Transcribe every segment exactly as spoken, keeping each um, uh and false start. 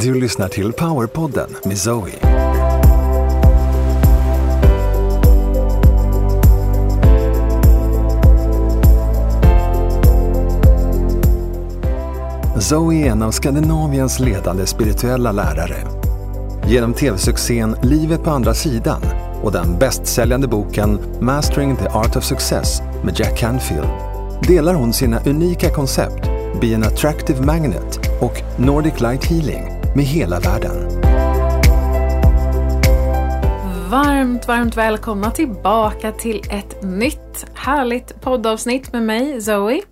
Du lyssnar till Powerpodden med Zoe. Zoe är en av Skandinaviens ledande spirituella lärare. Genom tv-succén Livet på andra sidan och den bästsäljande boken Mastering the Art of Success med Jack Canfield delar hon sina unika koncept Be an Attractive Magnet och Nordic Light Healing med hela världen. Varmt, varmt välkomna tillbaka till ett nytt härligt poddavsnitt med mig, Zoe.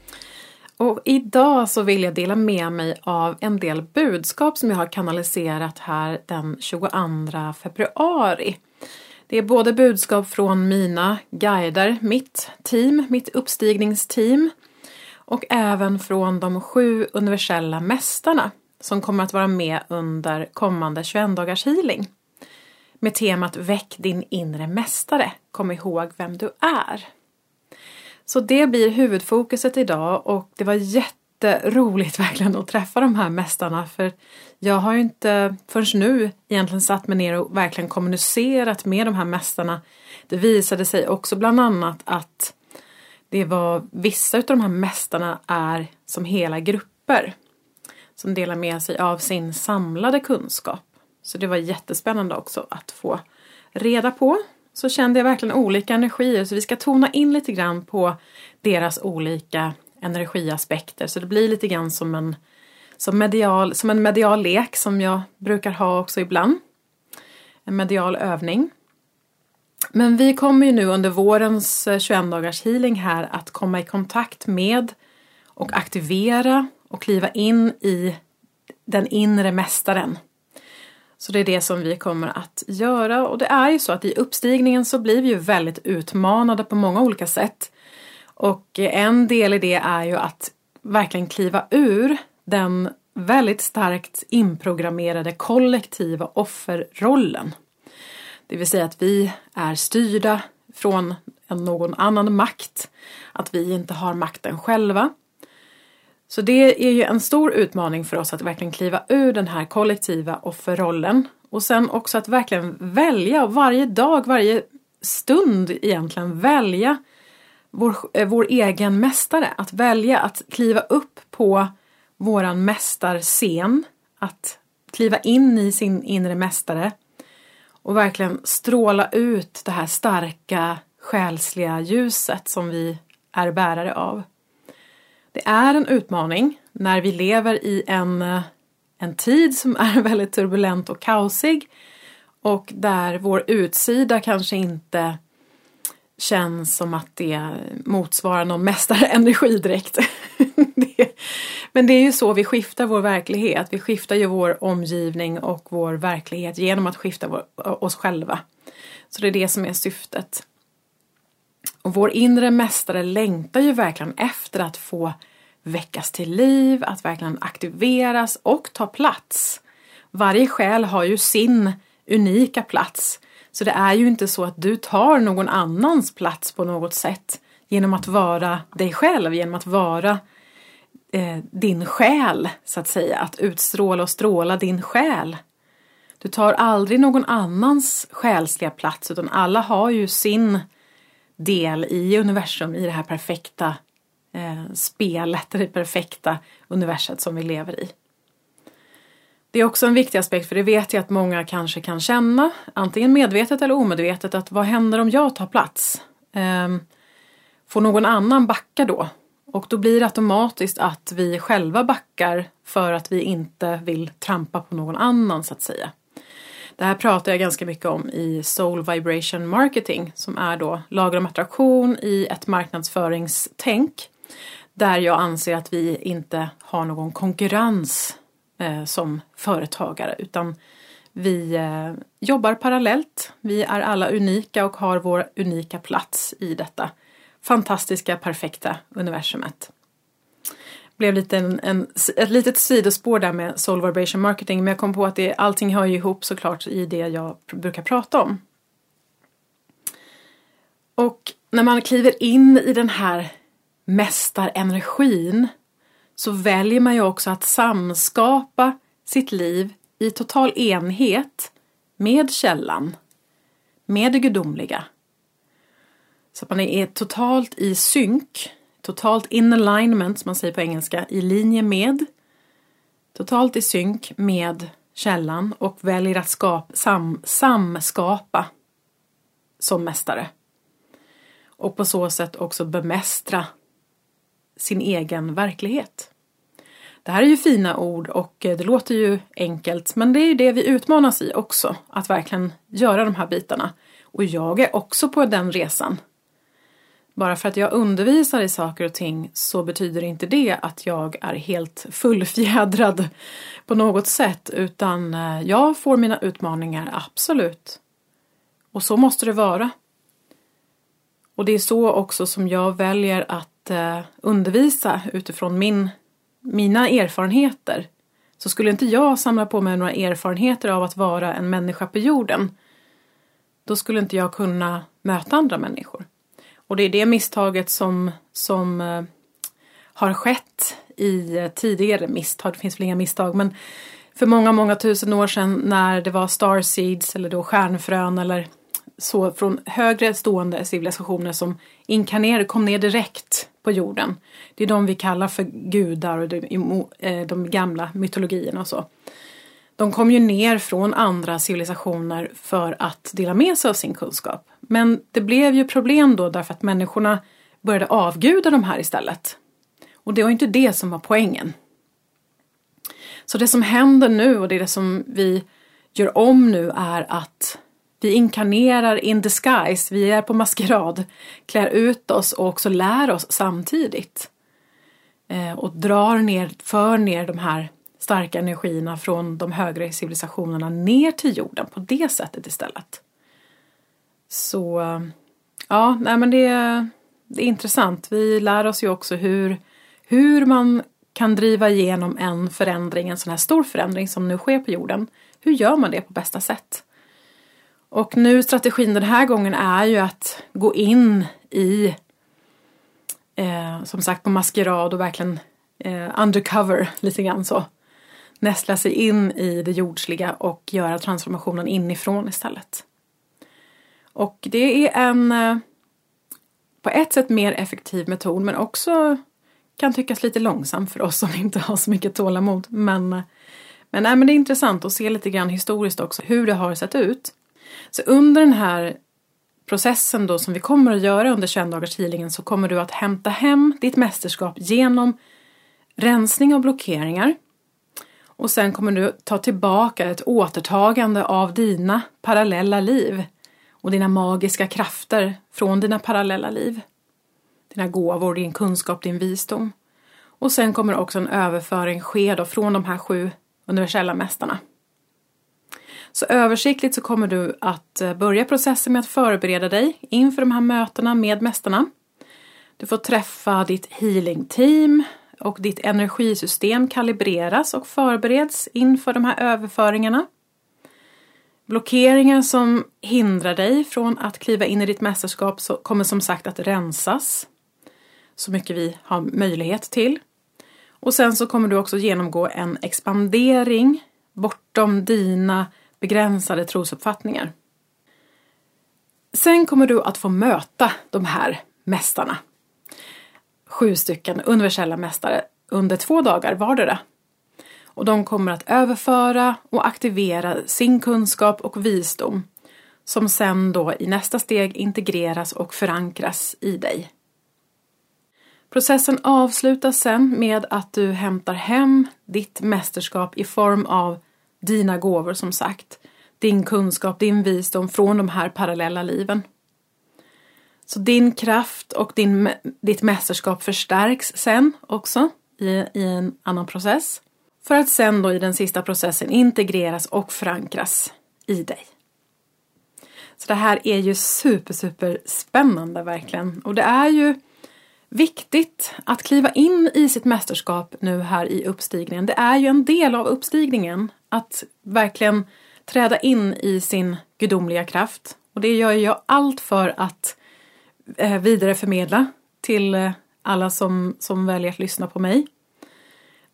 Och idag så vill jag dela med mig av en del budskap som jag har kanaliserat här den tjugoandra februari. Det är både budskap från mina guider, mitt team, mitt uppstigningsteam och även från de sju universella mästarna som kommer att vara med under kommande tjugoett dagars healing. Med temat Väck din inre mästare, kom ihåg vem du är. Så det blir huvudfokuset idag och det var jätteroligt verkligen att träffa de här mästarna. För jag har ju inte förrän nu egentligen satt mig ner och verkligen kommunicerat med de här mästarna. Det visade sig också bland annat att det var vissa av de här mästarna är som hela grupper som delar med sig av sin samlade kunskap. Så det var jättespännande också att få reda på. Så kände jag verkligen olika energier. Så vi ska tona in lite grann på deras olika energiaspekter. Så det blir lite grann som en, som medial, som en medial lek som jag brukar ha också ibland. En medial övning. Men vi kommer ju nu under vårens tjugoett dagars healing här att komma i kontakt med och aktivera och kliva in i den inre mästaren. Så det är det som vi kommer att göra. Och det är ju så att i uppstigningen så blir vi ju väldigt utmanade på många olika sätt. Och en del i det är ju att verkligen kliva ur den väldigt starkt inprogrammerade kollektiva offerrollen. Det vill säga att vi är styrda från någon annan makt. Att vi inte har makten själva. Så det är ju en stor utmaning för oss att verkligen kliva ur den här kollektiva offerrollen. Och sen också att verkligen välja varje dag, varje stund egentligen välja vår, vår egen mästare. Att välja att kliva upp på våran mästarscen. Att kliva in i sin inre mästare. Och verkligen stråla ut det här starka själsliga ljuset som vi är bärare av. Det är en utmaning när vi lever i en, en tid som är väldigt turbulent och kaosig. Och där vår utsida kanske inte känns som att det motsvarar någon mästarenergi direkt. det, men det är ju så vi skiftar vår verklighet. Vi skiftar ju vår omgivning och vår verklighet genom att skifta vår, oss själva. Så det är det som är syftet. Och vår inre mästare längtar ju verkligen efter att få väckas till liv, att verkligen aktiveras och ta plats. Varje själ har ju sin unika plats. Så det är ju inte så att du tar någon annans plats på något sätt genom att vara dig själv, genom att vara eh, din själ så att säga. Att utstråla och stråla din själ. Du tar aldrig någon annans själsliga plats utan alla har ju sin del i universum, i det här perfekta eh, spelet, det perfekta universet som vi lever i. Det är också en viktig aspekt, för det vet jag att många kanske kan känna, antingen medvetet eller omedvetet, att vad händer om jag tar plats? Eh, får någon annan backa då? Och då blir det automatiskt att vi själva backar för att vi inte vill trampa på någon annan så att säga. Det här pratar jag ganska mycket om i Soul Vibration Marketing, som är då lagar om attraktion i ett marknadsföringstänk. Där jag anser att vi inte har någon konkurrens eh, som företagare, utan vi eh, jobbar parallellt. Vi är alla unika och har vår unika plats i detta fantastiska, perfekta universumet. Blev lite en, en, ett litet sidospår där med Soul Vibration Marketing. Men jag kom på att det, allting hör ju ihop såklart i det jag brukar prata om. Och när man kliver in i den här mästarenergin så väljer man ju också att samskapa sitt liv i total enhet med källan, med det gudomliga. Så att man är totalt i synk, totalt in alignment som man säger på engelska, i linje med, totalt i synk med källan och väljer att skapa, sam, samskapa som mästare. Och på så sätt också bemästra sin egen verklighet. Det här är ju fina ord och det låter ju enkelt, men det är ju det vi utmanas i också, att verkligen göra de här bitarna. Och jag är också på den resan. Bara för att jag undervisar i saker och ting så betyder inte det att jag är helt fullfjädrad på något sätt, utan jag får mina utmaningar, absolut. Och så måste det vara. Och det är så också som jag väljer att undervisa utifrån min, mina erfarenheter. Så skulle inte jag samla på mig några erfarenheter av att vara en människa på jorden, då skulle inte jag kunna möta andra människor. Och det är det misstaget som, som uh, har skett i uh, tidigare misstag. Det finns väl inga misstag, men för många, många tusen år sedan när det var starseeds eller då stjärnfrön eller så från högre stående civilisationer som inkarnerade, kom ner direkt på jorden. Det är de vi kallar för gudar och de, de gamla mytologierna och så. De kom ju ner från andra civilisationer för att dela med sig av sin kunskap. Men det blev ju problem då därför att människorna började avguda de här istället. Och det var inte det som var poängen. Så det som händer nu och det, är det som vi gör om nu är att vi inkarnerar in disguise. Vi är på maskerad, klär ut oss och också lär oss samtidigt. Eh, och drar ner, för ner de här starka energierna från de högre civilisationerna ner till jorden på det sättet istället. Så ja, nej men det, det är intressant. Vi lär oss ju också hur, hur man kan driva igenom en förändring, en sån här stor förändring som nu sker på jorden. Hur gör man det på bästa sätt? Och nu strategin den här gången är ju att gå in i, eh, som sagt på maskerad och verkligen eh, undercover lite grann så. Nästla sig in i det jordsliga och göra transformationen inifrån istället. Och det är en eh, på ett sätt mer effektiv metod, men också kan tyckas lite långsam för oss som inte har så mycket tålamod. Men, men, nej, men det är intressant att se lite grann historiskt också hur det har sett ut. Så under den här processen då som vi kommer att göra under tjugoett dagars healingen så kommer du att hämta hem ditt mästerskap genom rensning och blockeringar. Och sen kommer du ta tillbaka ett återtagande av dina parallella liv och dina magiska krafter från dina parallella liv. Dina gåvor, din kunskap, din visdom. Och sen kommer också en överföring ske då från de här sju universella mästarna. Så översiktligt så kommer du att börja processen med att förbereda dig inför de här mötena med mästarna. Du får träffa ditt healing team och ditt energisystem kalibreras och förbereds inför de här överföringarna. Blockeringar som hindrar dig från att kliva in i ditt mästerskap så kommer som sagt att rensas så mycket vi har möjlighet till. Och sen så kommer du också genomgå en expandering bortom dina begränsade trosuppfattningar. Sen kommer du att få möta de här mästarna. Sju stycken universella mästare under två dagar vardera. Och de kommer att överföra och aktivera sin kunskap och visdom som sen då i nästa steg integreras och förankras i dig. Processen avslutas sen med att du hämtar hem ditt mästerskap i form av dina gåvor som sagt. Din kunskap, din visdom från de här parallella liven. Så din kraft och din, ditt mästerskap förstärks sen också i, i en annan process. För att sen då i den sista processen integreras och förankras i dig. Så det här är ju super, super spännande verkligen. Och det är ju viktigt att kliva in i sitt mästerskap nu här i uppstigningen. Det är ju en del av uppstigningen att verkligen träda in i sin gudomliga kraft. Och det gör jag allt för att vidareförmedla till alla som, som väljer att lyssna på mig.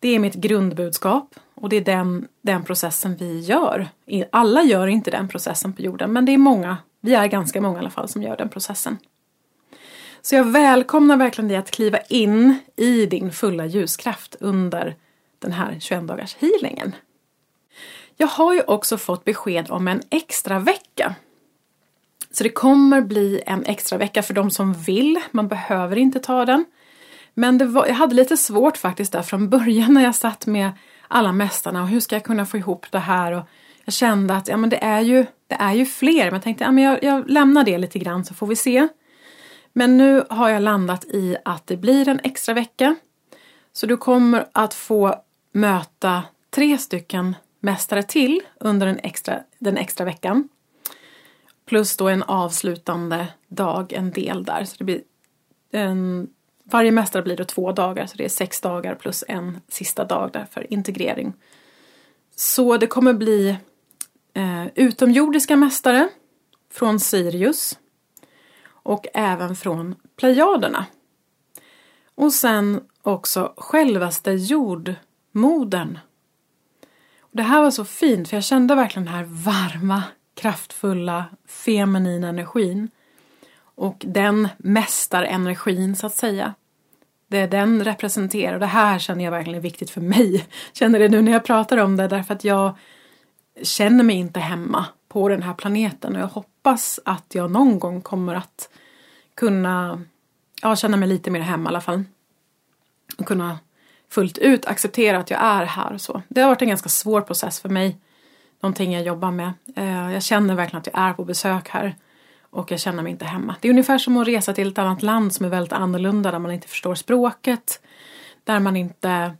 Det är mitt grundbudskap och det är den, den processen vi gör. Alla gör inte den processen på jorden, men det är många, vi är ganska många i alla fall som gör den processen. Så jag välkomnar verkligen dig att kliva in i din fulla ljuskraft under den här tjugoett dagars healingen. Jag har ju också fått besked om en extra vecka. Så det kommer bli en extra vecka för de som vill. Man behöver inte ta den. Men det var, jag hade lite svårt faktiskt där från början när jag satt med alla mästarna. Och hur ska jag kunna få ihop det här? Och jag kände att ja, men det, är ju, det är ju fler. Men jag tänkte att ja, jag, jag lämnar det lite grann så får vi se. Men nu har jag landat i att det blir en extra vecka. Så du kommer att få möta tre stycken mästare till under den extra, den extra veckan. Plus då en avslutande dag, en del där. Så det blir en, varje mästare blir då två dagar. Så det är sex dagar plus en sista dag där för integrering. Så det kommer bli eh, utomjordiska mästare från Sirius. Och även från Plejaderna. Och sen också självaste jordmodern. Det här var så fint för jag kände verkligen den här varma, kraftfulla, feminina energin. Och den mästarenergin så att säga. Det är den representerar. Och det här känner jag verkligen är viktigt för mig. Känner det nu när jag pratar om det. Därför att jag känner mig inte hemma på den här planeten. Och jag hoppas att jag någon gång kommer att kunna ja, känna mig lite mer hemma i alla fall. Och kunna fullt ut acceptera att jag är här och så. Det har varit en ganska svår process för mig. Någonting jag jobbar med. Jag känner verkligen att jag är på besök här. Och jag känner mig inte hemma. Det är ungefär som att resa till ett annat land som är väldigt annorlunda. Där man inte förstår språket. Där man inte...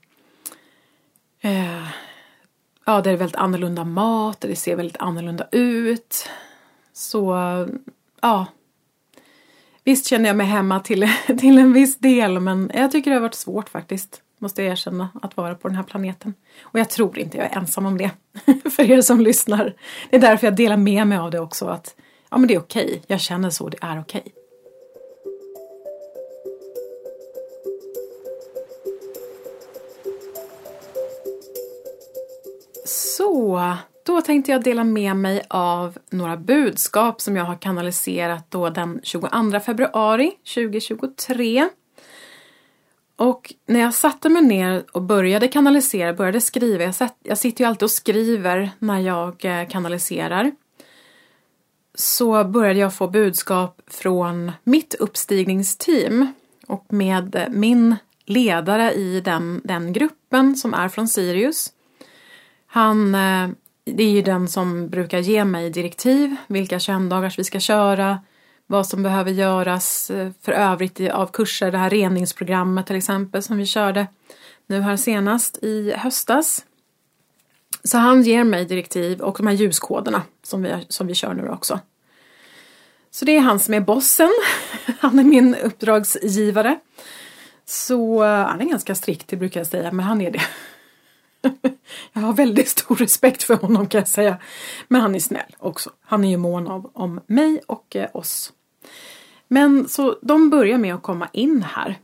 Eh, ja, det är väldigt annorlunda mat. Det ser väldigt annorlunda ut. Så, ja. Visst känner jag mig hemma till, till en viss del. Men jag tycker det har varit svårt faktiskt. Måste jag erkänna att vara på den här planeten. Och jag tror inte jag är ensam om det. För er som lyssnar. Det är därför jag delar med mig av det också. Att ja, men det är okej. Jag känner så. Det är okej. Så, då tänkte jag dela med mig av några budskap som jag har kanaliserat då den tjugoandra februari tjugohundratjugotre. Och när jag satte mig ner och började kanalisera, började skriva, jag, satt, jag sitter ju alltid och skriver när jag kanaliserar. Så började jag få budskap från mitt uppstigningsteam och med min ledare i den, den gruppen som är från Sirius. Han, det är ju den som brukar ge mig direktiv, vilka tjugoett dagars vi ska köra, vad som behöver göras för övrigt av kurser, det här reningsprogrammet till exempel som vi körde nu här senast i höstas. Så han ger mig direktiv och de här ljuskoderna som vi, som vi kör nu också. Så det är han som är bossen, han är min uppdragsgivare. Så han är ganska strikt, det brukar jag säga, men han är det. Jag har väldigt stor respekt för honom kan jag säga. Men han är snäll också. Han är ju mån av om mig och eh, oss. Men så de börjar med att komma in här.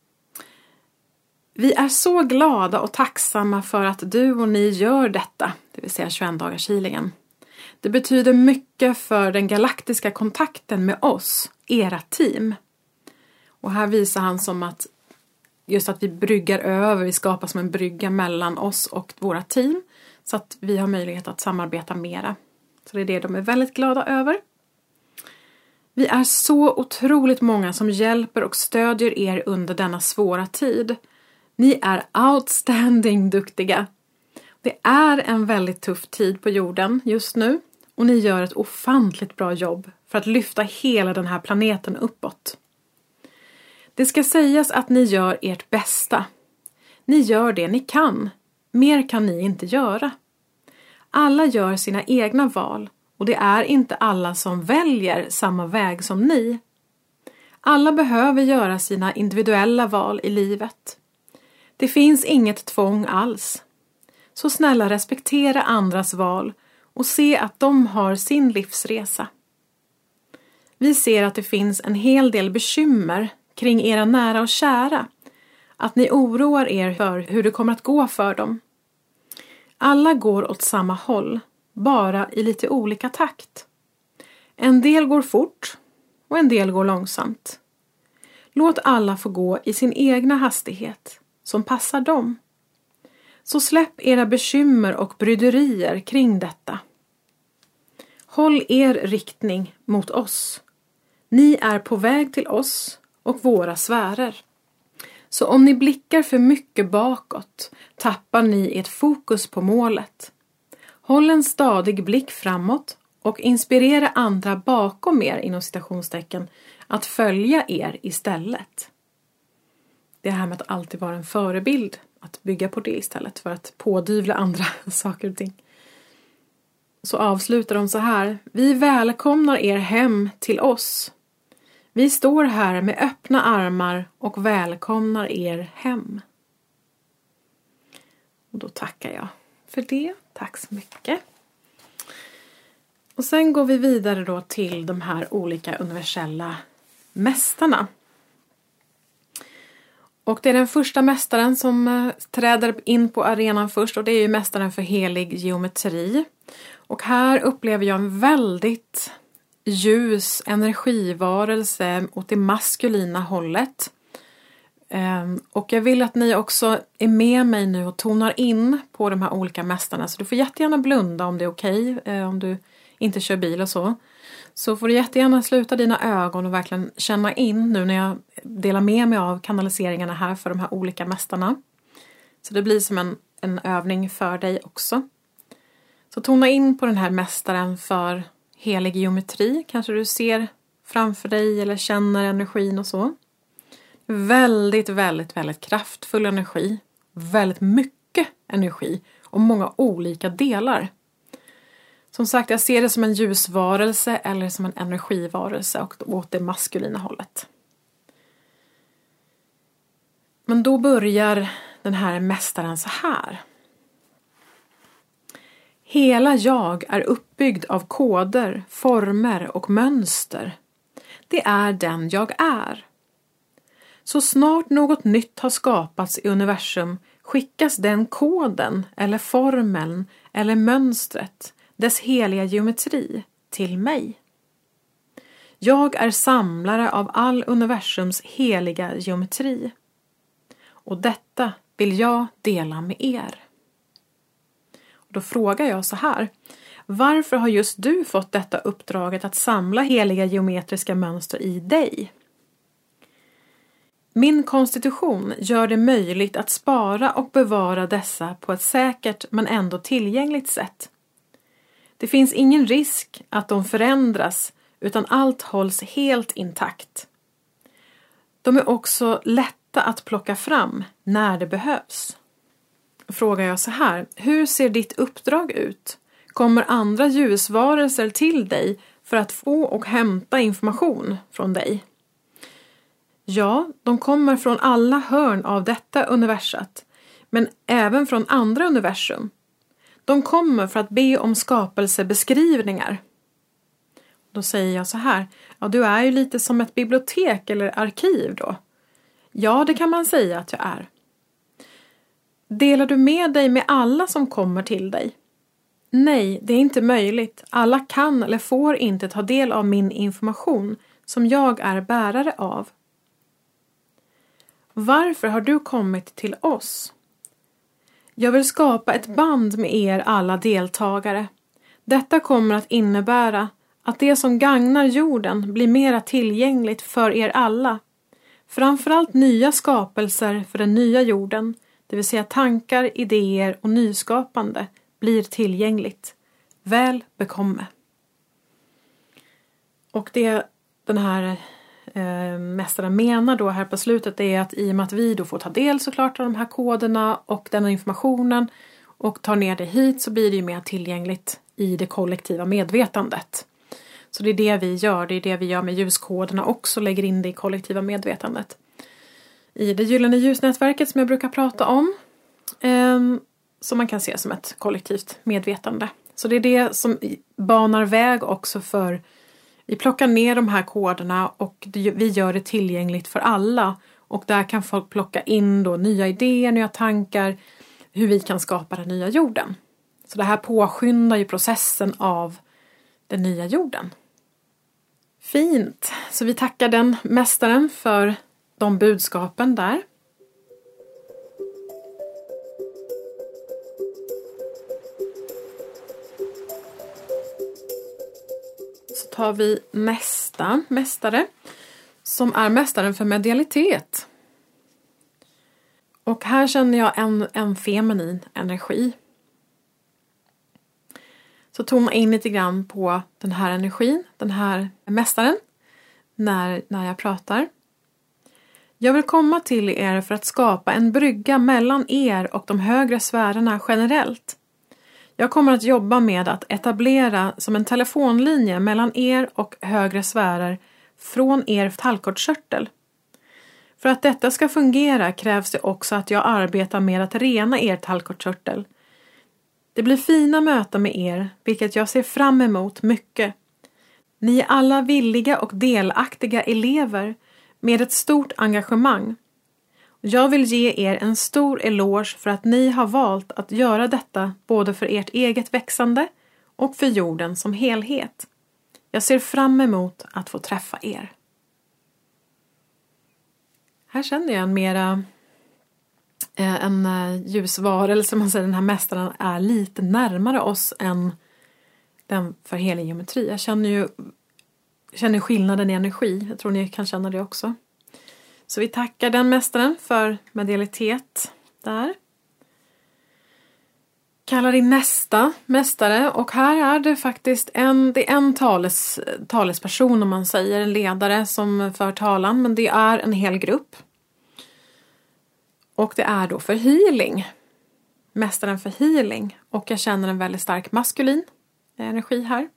Vi är så glada och tacksamma för att du och ni gör detta. Det vill säga tjugoett dagars healingen. Det betyder mycket för den galaktiska kontakten med oss. Era team. Och här visar han som att just att vi bryggar över, vi skapar som en brygga mellan oss och våra team. Så att vi har möjlighet att samarbeta mera. Så det är det de är väldigt glada över. Vi är så otroligt många som hjälper och stödjer er under denna svåra tid. Ni är outstanding duktiga. Det är en väldigt tuff tid på jorden just nu. Och ni gör ett ofantligt bra jobb för att lyfta hela den här planeten uppåt. Det ska sägas att ni gör ert bästa. Ni gör det ni kan. Mer kan ni inte göra. Alla gör sina egna val. Och det är inte alla som väljer samma väg som ni. Alla behöver göra sina individuella val i livet. Det finns inget tvång alls. Så snälla respektera andras val och se att de har sin livsresa. Vi ser att det finns en hel del bekymmer kring era nära och kära. att ni oroar er för hur det kommer att gå för dem. Alla går åt samma håll, bara i lite olika takt. En del går fort och en del går långsamt. Låt alla få gå i sin egna hastighet som passar dem. Så släpp era bekymmer och bryderier kring detta. Håll er riktning mot oss. Ni är på väg till oss och våra sfärer. Så om ni blickar för mycket bakåt tappar ni ert fokus på målet. Håll en stadig blick framåt och inspirera andra bakom er inom citationstecken att följa er istället. Det här med att alltid vara en förebild, att bygga på det istället för att pådyvla andra saker och ting. Så avslutar de så här: vi välkomnar er hem till oss. Vi står här med öppna armar och välkomnar er hem. Och då tackar jag för det. Tack så mycket. Och sen går vi vidare då till de här olika universella mästarna. Och det är den första mästaren som träder in på arenan först, och det är ju mästaren för helig geometri. Och här upplever jag en väldigt ljus energivarelse åt det maskulina hållet. Och jag vill att ni också är med mig nu och tonar in på de här olika mästarna. Så du får jättegärna blunda om det är okej, om du inte kör bil och så. Så får du jättegärna sluta dina ögon och verkligen känna in nu när jag delar med mig av kanaliseringarna här för de här olika mästarna. Så det blir som en, en övning för dig också. Så tona in på den här mästaren för helig geometri. Kanske du ser framför dig eller känner energin och så. Väldigt, väldigt, väldigt kraftfull energi. Väldigt mycket energi och många olika delar. Som sagt, jag ser det som en ljusvarelse eller som en energivarelse och åt det maskulina hållet. Men då börjar den här mästaren så här. Hela jag är uppbyggd av koder, former och mönster. Det är den jag är. Så snart något nytt har skapats i universum skickas den koden eller formeln eller mönstret, dess heliga geometri, till mig. Jag är samlare av all universums heliga geometri. Och detta vill jag dela med er. Och då frågar jag så här: varför har just du fått detta uppdraget att samla heliga geometriska mönster i dig? Min konstitution gör det möjligt att spara och bevara dessa på ett säkert men ändå tillgängligt sätt. Det finns ingen risk att de förändras utan allt hålls helt intakt. De är också lätta att plocka fram när det behövs. Frågar jag så här: hur ser ditt uppdrag ut? Kommer andra ljusvarelser till dig för att få och hämta information från dig? Ja, de kommer från alla hörn av detta universat, men även från andra universum. De kommer för att be om skapelsebeskrivningar. Då säger jag så här: ja, du är ju lite som ett bibliotek eller arkiv då. Ja, det kan man säga att jag är. Delar du med dig med alla som kommer till dig? Nej, det är inte möjligt. Alla kan eller får inte ta del av min information som jag är bärare av. Varför har du kommit till oss? Jag vill skapa ett band med er alla deltagare. Detta kommer att innebära att det som gagnar jorden blir mera tillgängligt för er alla. Framförallt nya skapelser för den nya jorden, det vill säga tankar, idéer och nyskapande, blir tillgängligt. Väl bekomme. Och det den här eh, mästaren menar då här på slutet är att i och med att vi då får ta del såklart av de här koderna och den här informationen och tar ner det hit, så blir det ju mer tillgängligt i det kollektiva medvetandet. Så det är det vi gör, det är det vi gör med ljuskoderna också, lägger in det i kollektiva medvetandet. I det gyllene ljusnätverket som jag brukar prata om, eh, som man kan se som ett kollektivt medvetande. Så det är det som banar väg också för, vi plockar ner de här koderna och vi gör det tillgängligt för alla. Och där kan folk plocka in då nya idéer, nya tankar, hur vi kan skapa den nya jorden. Så det här påskyndar ju processen av den nya jorden. Fint! Så vi tackar den mästaren för de budskapen där. Så tar vi nästa mästare som är mästaren för medialitet. Och här känner jag en, en feminin energi. Så tona in lite grann på den här energin, den här mästaren, när, när jag pratar. Jag vill komma till er för att skapa en brygga mellan er och de högre sfärerna generellt. Jag kommer att jobba med att etablera som en telefonlinje mellan er och högre sfärer från er tallkottkörtel. För att detta ska fungera krävs det också att jag arbetar med att rena er tallkottkörtel. Det blir fina möten med er, vilket jag ser fram emot mycket. Ni är alla villiga och delaktiga elever med ett stort engagemang. Jag vill ge er en stor eloge för att ni har valt att göra detta både för ert eget växande och för jorden som helhet. Jag ser fram emot att få träffa er. Här känner jag en mera en ljusvarelse, man säger, den här mästaren är lite närmare oss än den för hela geometri. Jag känner ju känner skillnaden i energi. Jag tror ni kan känna det också. Så vi tackar den mästaren för medialitet där. Kallar in nästa mästare, och här är det faktiskt en, det är en tales, talesperson, om man säger, en ledare som för talan, men det är en hel grupp. Och det är då för healing. Mästaren för healing. Och jag känner en väldigt stark maskulin energi här.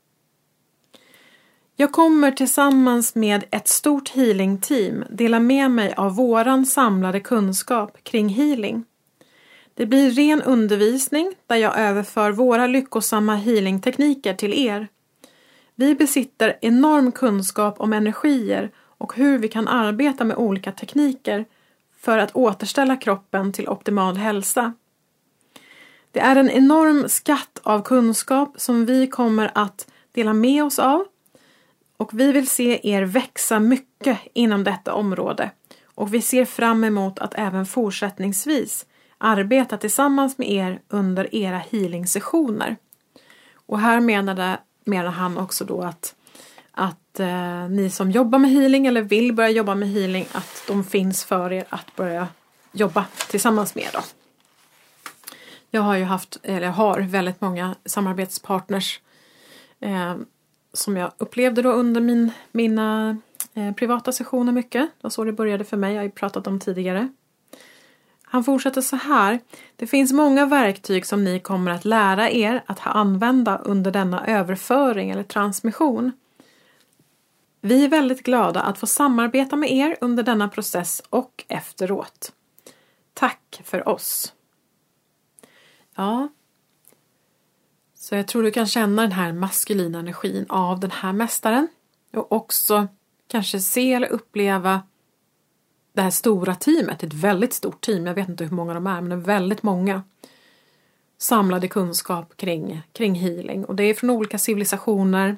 Jag kommer tillsammans med ett stort healing-team dela med mig av våran samlade kunskap kring healing. Det blir ren undervisning där jag överför våra lyckosamma healingtekniker till er. Vi besitter enorm kunskap om energier och hur vi kan arbeta med olika tekniker för att återställa kroppen till optimal hälsa. Det är en enorm skatt av kunskap som vi kommer att dela med oss av, och vi vill se er växa mycket inom detta område, och vi ser fram emot att även fortsättningsvis arbeta tillsammans med er under era healing-sessioner. Och här menade, menar han också då att, att eh, ni som jobbar med healing eller vill börja jobba med healing, att de finns för er att börja jobba tillsammans med då. Jag har ju haft, eller har väldigt många samarbetspartners eh, som jag upplevde då under min, mina eh, privata sessioner mycket. Det var så det började för mig, jag har ju pratat om tidigare. Han fortsätter så här. Det finns många verktyg som ni kommer att lära er att använda under denna överföring eller transmission. Vi är väldigt glada att få samarbeta med er under denna process och efteråt. Tack för oss. Ja, så jag tror du kan känna den här maskulina energin av den här mästaren. Och också kanske se eller uppleva det här stora teamet. Ett väldigt stort team, jag vet inte hur många de är, men det är väldigt många samlade kunskap kring, kring healing. Och det är från olika civilisationer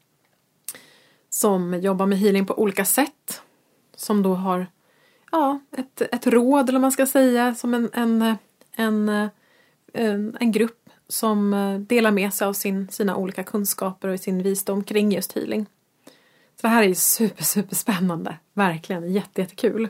som jobbar med healing på olika sätt. Som då har ja, ett, ett råd, eller man ska säga, som en, en, en, en, en grupp som delar med sig av sin, sina olika kunskaper och sin visdom kring just healing. Så det här är ju super, super spännande. Verkligen jätte, jättekul.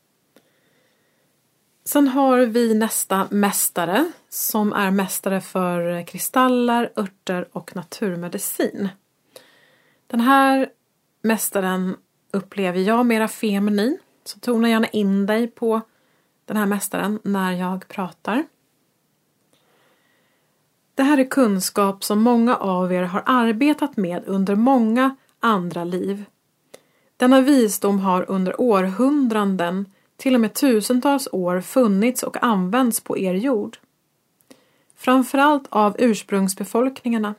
Sen har vi nästa mästare som är mästare för kristaller, örter och naturmedicin. Den här mästaren upplever jag mera feminin. Så tona gärna in dig på den här mästaren när jag pratar. Det här är kunskap som många av er har arbetat med under många andra liv. Denna visdom har under århundraden, till och med tusentals år, funnits och använts på er jord. Framförallt av ursprungsbefolkningarna.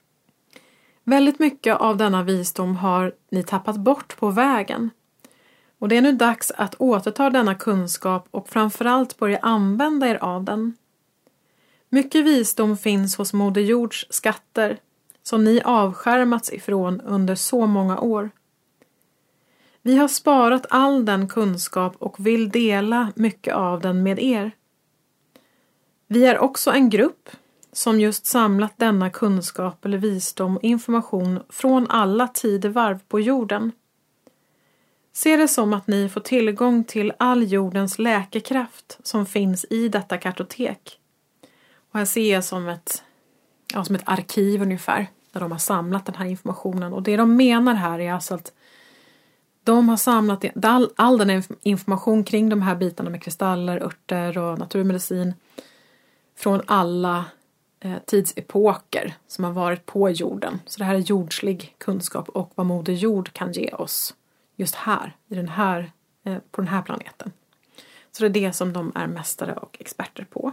Väldigt mycket av denna visdom har ni tappat bort på vägen. Och det är nu dags att återta denna kunskap och framförallt börja använda er av den. Mycket visdom finns hos Moder Jords skatter som ni avskärmats ifrån under så många år. Vi har sparat all den kunskap och vill dela mycket av den med er. Vi är också en grupp som just samlat denna kunskap eller visdom och information från alla tidevarv på jorden. Se det som att ni får tillgång till all jordens läkekraft som finns i detta kartotek. Och här ser jag som ett, ja, som ett arkiv ungefär där de har samlat den här informationen. Och det de menar här är alltså att de har samlat all, all den information kring de här bitarna med kristaller, örter och naturmedicin från alla eh, tidsepoker som har varit på jorden. Så det här är jordslig kunskap och vad Moder Jord kan ge oss just här, i den här eh, på den här planeten. Så det är det som de är mästare och experter på.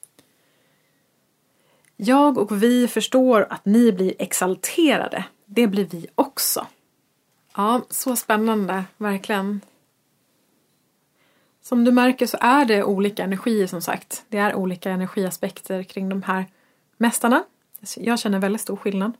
Jag och vi förstår att ni blir exalterade. Det blir vi också. Ja, så spännande, verkligen. Som du märker så är det olika energier som sagt. Det är olika energiaspekter kring de här mästarna. Jag känner väldigt stor skillnad.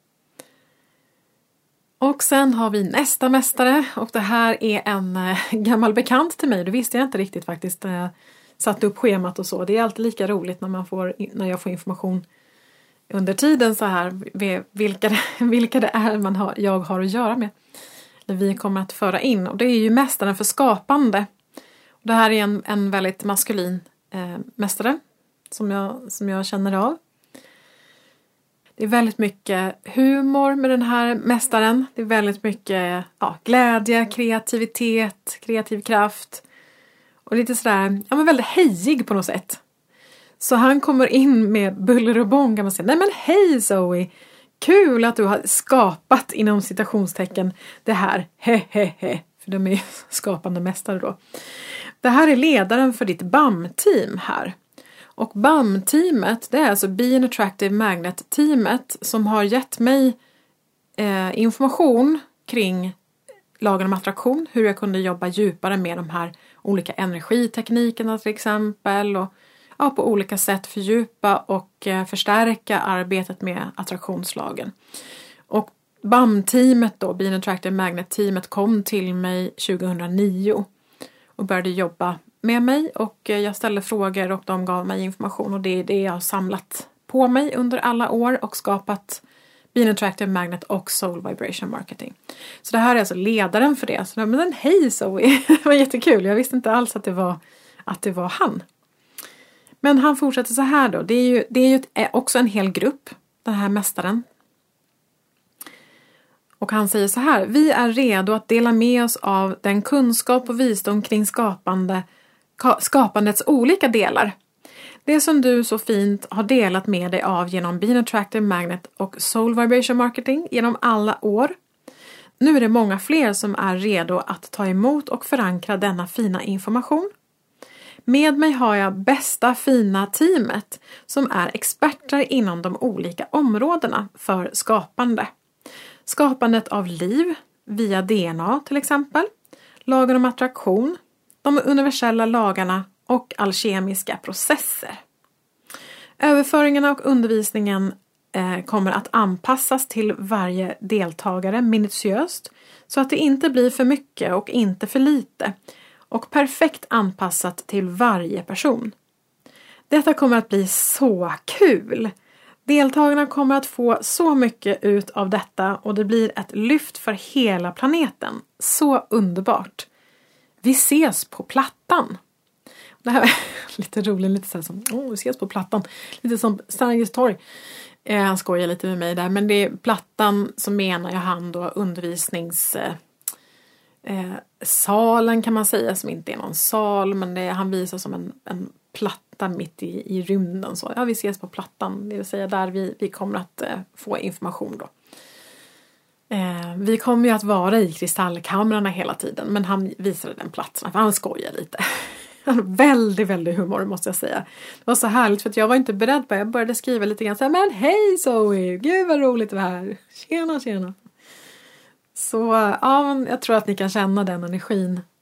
Och sen har vi nästa mästare. Och det här är en äh, gammal bekant till mig. Det visste jag inte riktigt faktiskt när jag satte upp schemat och så. Det är alltid lika roligt när, man får, när jag får information under tiden så här. Vilka det, vilka det är man har, jag har att göra med. Eller vi kommer att föra in. Och det är ju mästaren för skapande. Och det här är en, en väldigt maskulin äh, mästare. Som jag, som jag känner av. Det är väldigt mycket humor med den här mästaren. Det är väldigt mycket ja, glädje, kreativitet, kreativ kraft. Och lite sådär, ja men väldigt hejig på något sätt. Så han kommer in med buller och bång kan man säga. Nej men hej Zoe! Kul att du har skapat inom citationstecken det här. He he he. För de är skapande mästare då. Det här är ledaren för ditt B A M-team här. Och B A M-teamet, det är alltså Be an Attractive Magnet-teamet som har gett mig eh, information kring lagen om attraktion. Hur jag kunde jobba djupare med de här olika energiteknikerna till exempel. Och ja, på olika sätt fördjupa och eh, förstärka arbetet med attraktionslagen. Och B A M-teamet då, Be an Attractive Magnet-teamet kom till mig tjugohundranio och började jobba med mig och jag ställde frågor och de gav mig information och det är det jag har samlat på mig under alla år och skapat Be an Attractive Magnet och Soul Vibration Marketing. Så det här är alltså ledaren för det. Så men hej Zoe, det var jättekul. Jag visste inte alls att det var, att det var han. Men han fortsätter så här då. Det är ju, det är ju ett, också en hel grupp, den här mästaren. Och han säger så här: vi är redo att dela med oss av den kunskap och visdom kring skapande, skapandets olika delar. Det som du så fint har delat med dig av genom Be an Attractive Magnet och Soul Vibration Marketing genom alla år. Nu är det många fler som är redo att ta emot och förankra denna fina information. Med mig har jag bästa fina teamet som är experter inom de olika områdena för skapande. Skapandet av liv via D N A till exempel, lagen om attraktion, de universella lagarna och alkemiska processer. Överföringarna och undervisningen eh, kommer att anpassas till varje deltagare minutiöst så att det inte blir för mycket och inte för lite och perfekt anpassat till varje person. Detta kommer att bli så kul! Deltagarna kommer att få så mycket ut av detta och det blir ett lyft för hela planeten. Så underbart! Vi ses på plattan! Det här är lite roligt, lite så här som, åh, vi ses på plattan. Lite som Sergels torg. Eh, han skojar lite med mig där, men det är plattan som menar jag han då undervisnings... Eh, eh, salen kan man säga, som inte är någon sal, men det, han visar som en, en platta mitt i, i rymden. Så ja, vi ses på plattan, det vill säga där vi, vi kommer att eh, få information då. Eh, vi kommer ju att vara i kristallkamrarna hela tiden, men han visade den platsen, för han skojar lite. Väldigt, väldigt humor måste jag säga. Det var så härligt för att jag var inte beredd på det. Jag började skriva lite grann så här, men hej Zoe, gud vad roligt det här. Tjena, tjena. Så ja, jag tror att ni kan känna den energin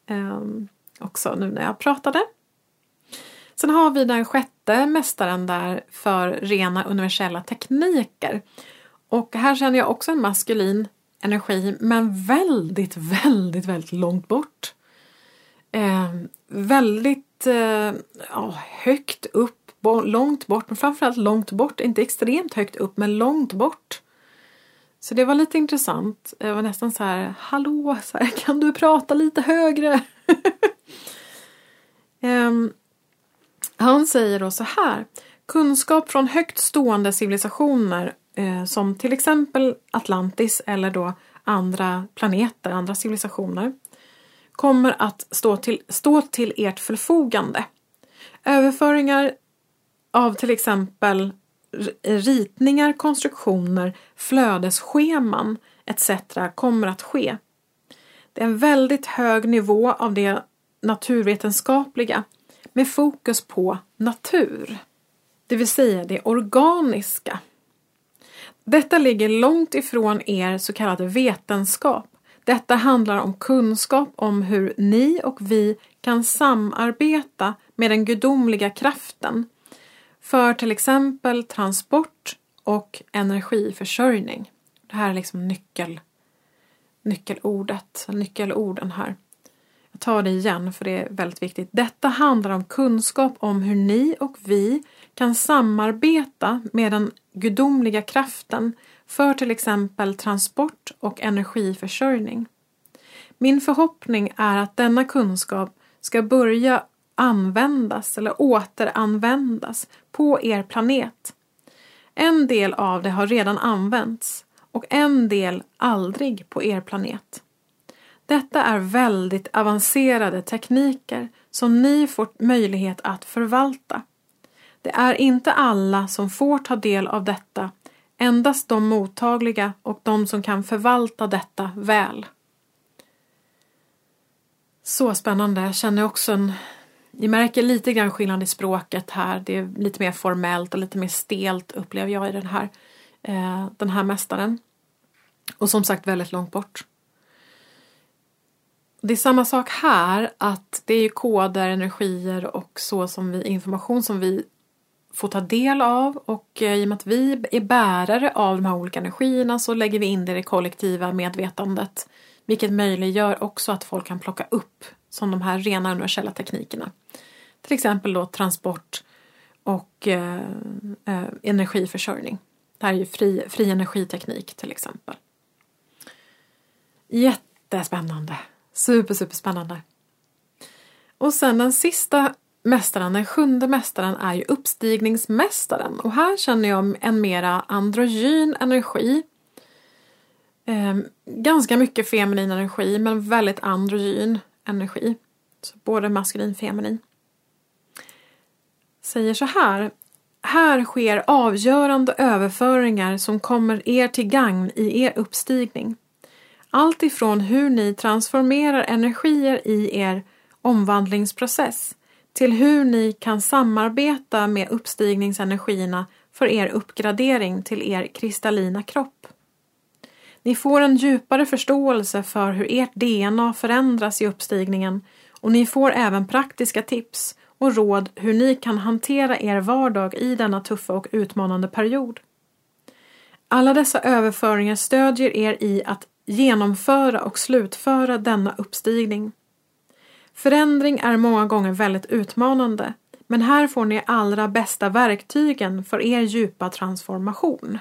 eh, också nu när jag pratade. Sen har vi den sjätte mästaren där för rena universella tekniker. Och här känner jag också en maskulin energi, men väldigt, väldigt, väldigt långt bort. Eh, väldigt eh, ja, högt upp, bo- långt bort, men framförallt långt bort. Inte extremt högt upp, men långt bort. Så det var lite intressant. Det var nästan så här, hallå, så här, kan du prata lite högre? eh, han säger då så här: kunskap från högt stående civilisationer eh, som till exempel Atlantis eller då andra planeter, andra civilisationer, kommer att stå till, stå till ert förfogande. Överföringar av till exempel ritningar, konstruktioner, flödesscheman et cetera kommer att ske. Det är en väldigt hög nivå av det naturvetenskapliga med fokus på natur, det vill säga det organiska. Detta ligger långt ifrån er så kallade vetenskap. Detta handlar om kunskap om hur ni och vi kan samarbeta med den gudomliga kraften för till exempel transport och energiförsörjning. Det här är liksom nyckel, nyckelordet, nyckelorden här. Jag tar det igen för det är väldigt viktigt. Detta handlar om kunskap om hur ni och vi kan samarbeta med den gudomliga kraften för till exempel transport och energiförsörjning. Min förhoppning är att denna kunskap ska börja användas eller återanvändas på er planet. En del av det har redan använts och en del aldrig på er planet. Detta är väldigt avancerade tekniker som ni får möjlighet att förvalta. Det är inte alla som får ta del av detta, endast de mottagliga och de som kan förvalta detta väl. Så spännande, jag känner också en... Jag märker lite grann skillnad i språket här, det är lite mer formellt och lite mer stelt upplever jag i den här, eh, den här mästaren. Och som sagt väldigt långt bort. Det är samma sak här, att det är koder, energier och så som vi, information som vi får ta del av, och i och med att vi är bärare av de här olika energierna så lägger vi in det i det kollektiva medvetandet, vilket möjliggör också att folk kan plocka upp som de här rena universella teknikerna. Till exempel då transport och eh, eh, energiförsörjning. Det här är ju fri, fri energiteknik till exempel. Jättespännande. Super, super spännande. Och sen den sista mästaren, den sjunde mästaren, är ju uppstigningsmästaren. Och här känner jag en mera androgyn energi. Eh, ganska mycket feminin energi, men väldigt androgyn energi. Så både maskulin och feminin. Säger så här: här sker avgörande överföringar som kommer er till gagn i er uppstigning. Allt ifrån hur ni transformerar energier i er omvandlingsprocess till hur ni kan samarbeta med uppstigningsenergierna för er uppgradering till er kristallina kropp. Ni får en djupare förståelse för hur ert D N A förändras i uppstigningen, och ni får även praktiska tips och råd hur ni kan hantera er vardag i denna tuffa och utmanande period. Alla dessa överföringar stödjer er i att genomföra och slutföra denna uppstigning. Förändring är många gånger väldigt utmanande, men här får ni allra bästa verktygen för er djupa transformation.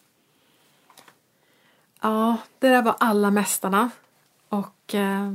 Ja, det där var alla mästarna. Och eh,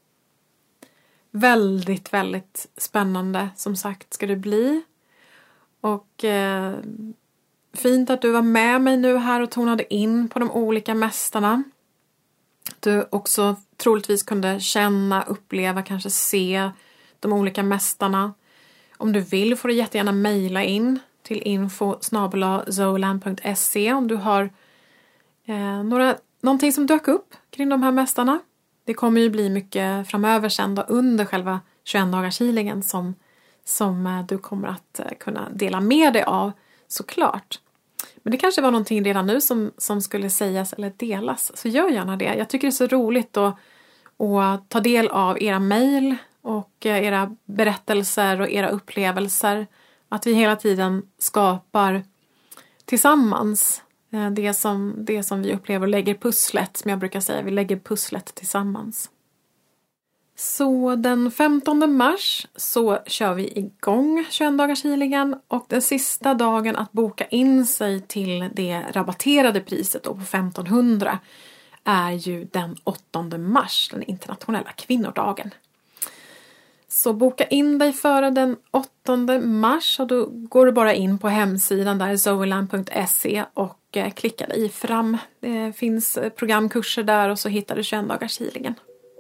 väldigt, väldigt spännande som sagt ska det bli. Och eh, fint att du var med mig nu här och tonade in på de olika mästarna. Du också troligtvis kunde känna, uppleva, kanske se de olika mästarna. Om du vill får du jättegärna mejla in till info snabel-a zolan punkt se om du har eh, några, någonting som dök upp kring de här mästarna. Det kommer ju bli mycket framöver sen då under själva tjugoett dagars healingen som, som eh, du kommer att eh, kunna dela med dig av, såklart. Men det kanske var någonting redan nu som, som skulle sägas eller delas. Så gör gärna det. Jag tycker det är så roligt att, och ta del av era mejl och era berättelser och era upplevelser. Att vi hela tiden skapar tillsammans det som, det som vi upplever och lägger pusslet, som jag brukar säga. Vi lägger pusslet tillsammans. Så den femtonde mars så kör vi igång tjugoett dagars healingen, och den sista dagen att boka in sig till det rabatterade priset då på femtonhundra är ju den åttonde mars, den internationella kvinnodagen. Så boka in dig före den åttonde mars, och då går du bara in på hemsidan där zoeland punkt se och klicka dig fram. Det finns programkurser där och så hittar du tjugoett dagars healingen.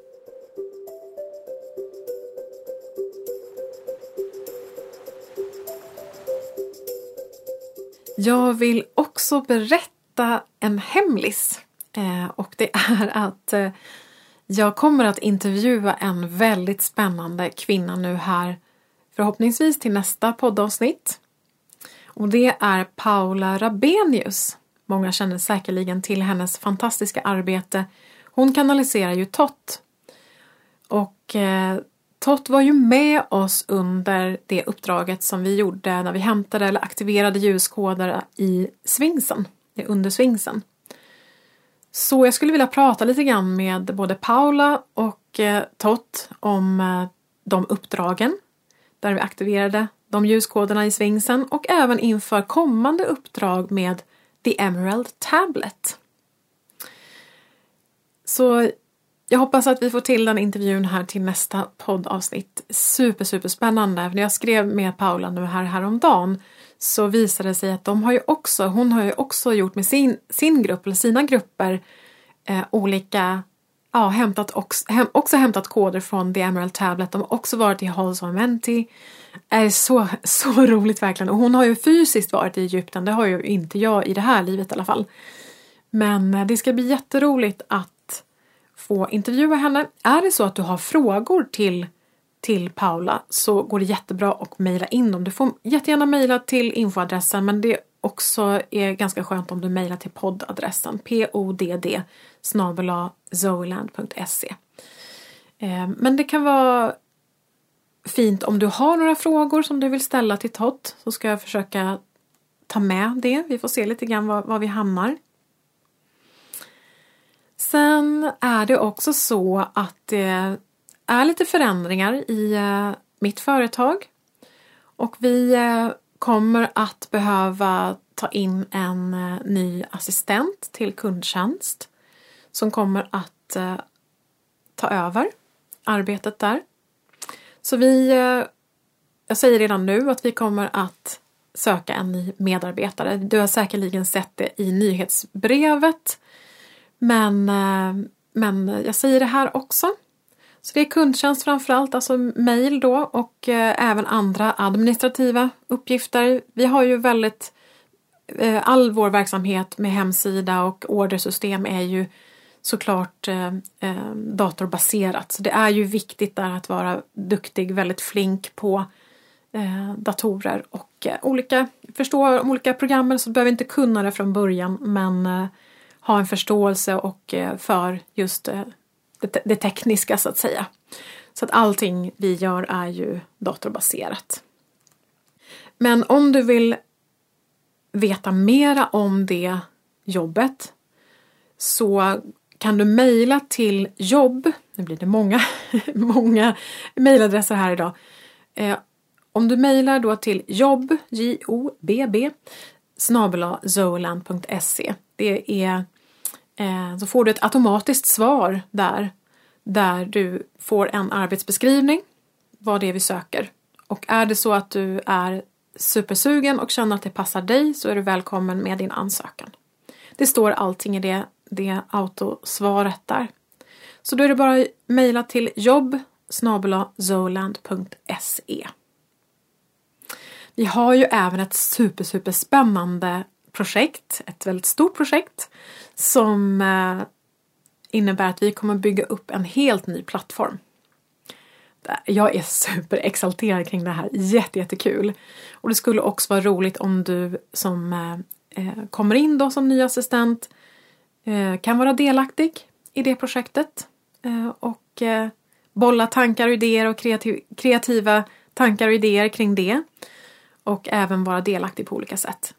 Jag vill också berätta en hemlis, eh, och det är att eh, jag kommer att intervjua en väldigt spännande kvinna nu här, förhoppningsvis till nästa poddavsnitt. Och det är Paula Rabenius. Många känner säkerligen till hennes fantastiska arbete. Hon kanaliserar ju T O T. Och eh, T O T var ju med oss under det uppdraget som vi gjorde när vi hämtade eller aktiverade ljuskoder i svingsen, under svingsen. Så jag skulle vilja prata lite grann med både Paula och eh, T O T om eh, de uppdragen där vi aktiverade de ljuskoderna i svingsen, och även inför kommande uppdrag med The Emerald Tablet. Så jag hoppas att vi får till den intervjun här till nästa poddavsnitt. Super, super spännande. När jag skrev med Paula nu här häromdagen så visade det sig att de har ju också, hon har ju också gjort med sin, sin grupp eller sina grupper eh, olika, ja, hämtat också, häm, också hämtat koder från The Emerald Tablet. De har också varit i Halls of Amenti. Det är så, så roligt verkligen. Och hon har ju fysiskt varit i Egypten. Det har ju inte jag i det här livet i alla fall. Men det ska bli jätteroligt att få intervjua henne. Är det så att du har frågor till, till Paula så går det jättebra att mejla in dem. Du får jättegärna mejla till infoadressen, men det också är ganska skönt om du mejlar till poddadressen podd snabel-a zoeland punkt se. Men det kan vara fint om du har några frågor som du vill ställa till T O T, så ska jag försöka ta med det. Vi får se lite grann var, var vi hamnar. Sen är det också så att det är lite förändringar i mitt företag. Och vi kommer att behöva ta in en ny assistent till kundtjänst som kommer att ta över arbetet där. Så vi, jag säger redan nu att vi kommer att söka en ny medarbetare. Du har säkerligen sett det i nyhetsbrevet. Men, men jag säger det här också. Så det är kundtjänst framförallt, alltså mejl då, och även andra administrativa uppgifter. Vi har ju väldigt, all vår verksamhet med hemsida och ordersystem är ju såklart datorbaserat. Så det är ju viktigt där att vara duktig, väldigt flink på datorer och olika, förstå olika program, så du behöver inte kunna det från början, men ha en förståelse och för just det, det tekniska så att säga. Så att allting vi gör är ju datorbaserat. Men om du vill veta mera om det jobbet så kan du mejla till jobb. Nu blir det många, många mejladresser här idag. Eh, om du mejlar då till jobb, J O B B, snabel-a zoeland punkt se. Det är eh, så får du ett automatiskt svar där där du får en arbetsbeskrivning, vad det är vi söker. Och är det så att du är supersugen och känner att det passar dig så är du välkommen med din ansökan. Det står allting i det, det autosvaret där. Så då är det bara att mejla till jobb snabel-a zoeland punkt se. Vi har ju även ett super, super spännande projekt, ett väldigt stort projekt som eh, innebär att vi kommer bygga upp en helt ny plattform. Jag är super exalterad kring det här, jätte, jättekul. Och det skulle också vara roligt om du som eh, kommer in då som ny assistent eh, kan vara delaktig i det projektet. Eh, och och eh, bolla tankar och idéer och kreativ- kreativa tankar och idéer kring det. Och även vara delaktig på olika sätt.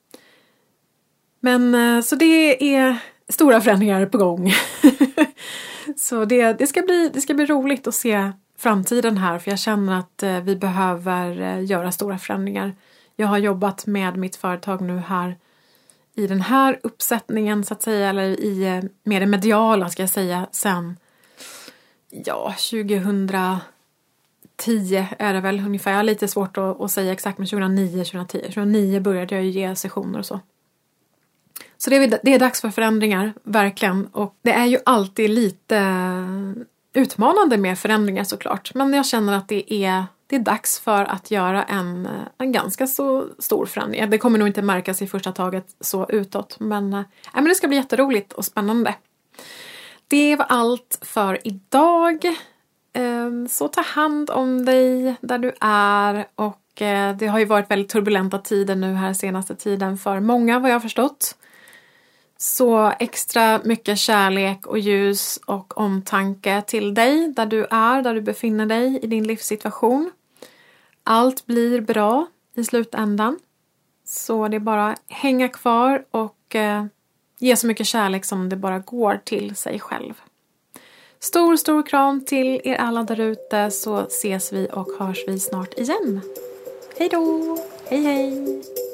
Men eh, så det är stora förändringar på gång. Så det, det, ska bli, det ska bli roligt att se framtiden här. För jag känner att eh, vi behöver eh, göra stora förändringar. Jag har jobbat med mitt företag nu här i den här uppsättningen så att säga. Eller i, eh, med det mediala ska jag säga sen ja, tjugohundratio är det väl ungefär. Jag har lite svårt att, att säga exakt men tjugohundranio tjugohundratio. tjugohundranio började jag ju ge sessioner och så. Så det är, det är dags för förändringar, verkligen. Och det är ju alltid lite utmanande med förändringar såklart. Men jag känner att det är, det är dags för att göra en, en ganska så stor förändring. Det kommer nog inte märkas i första taget så utåt. Men, äh, men det ska bli jätteroligt och spännande. Det var allt för idag. Så ta hand om dig där du är. Och det har ju varit väldigt turbulenta tider nu här senaste tiden för många vad jag har förstått. Så extra mycket kärlek och ljus och omtanke till dig där du är, där du befinner dig i din livssituation. Allt blir bra i slutändan. Så det är bara att hänga kvar och eh, ge så mycket kärlek som det bara går till sig själv. Stor, stor kram till er alla där ute så ses vi och hörs vi snart igen. Hej då! Hej hej!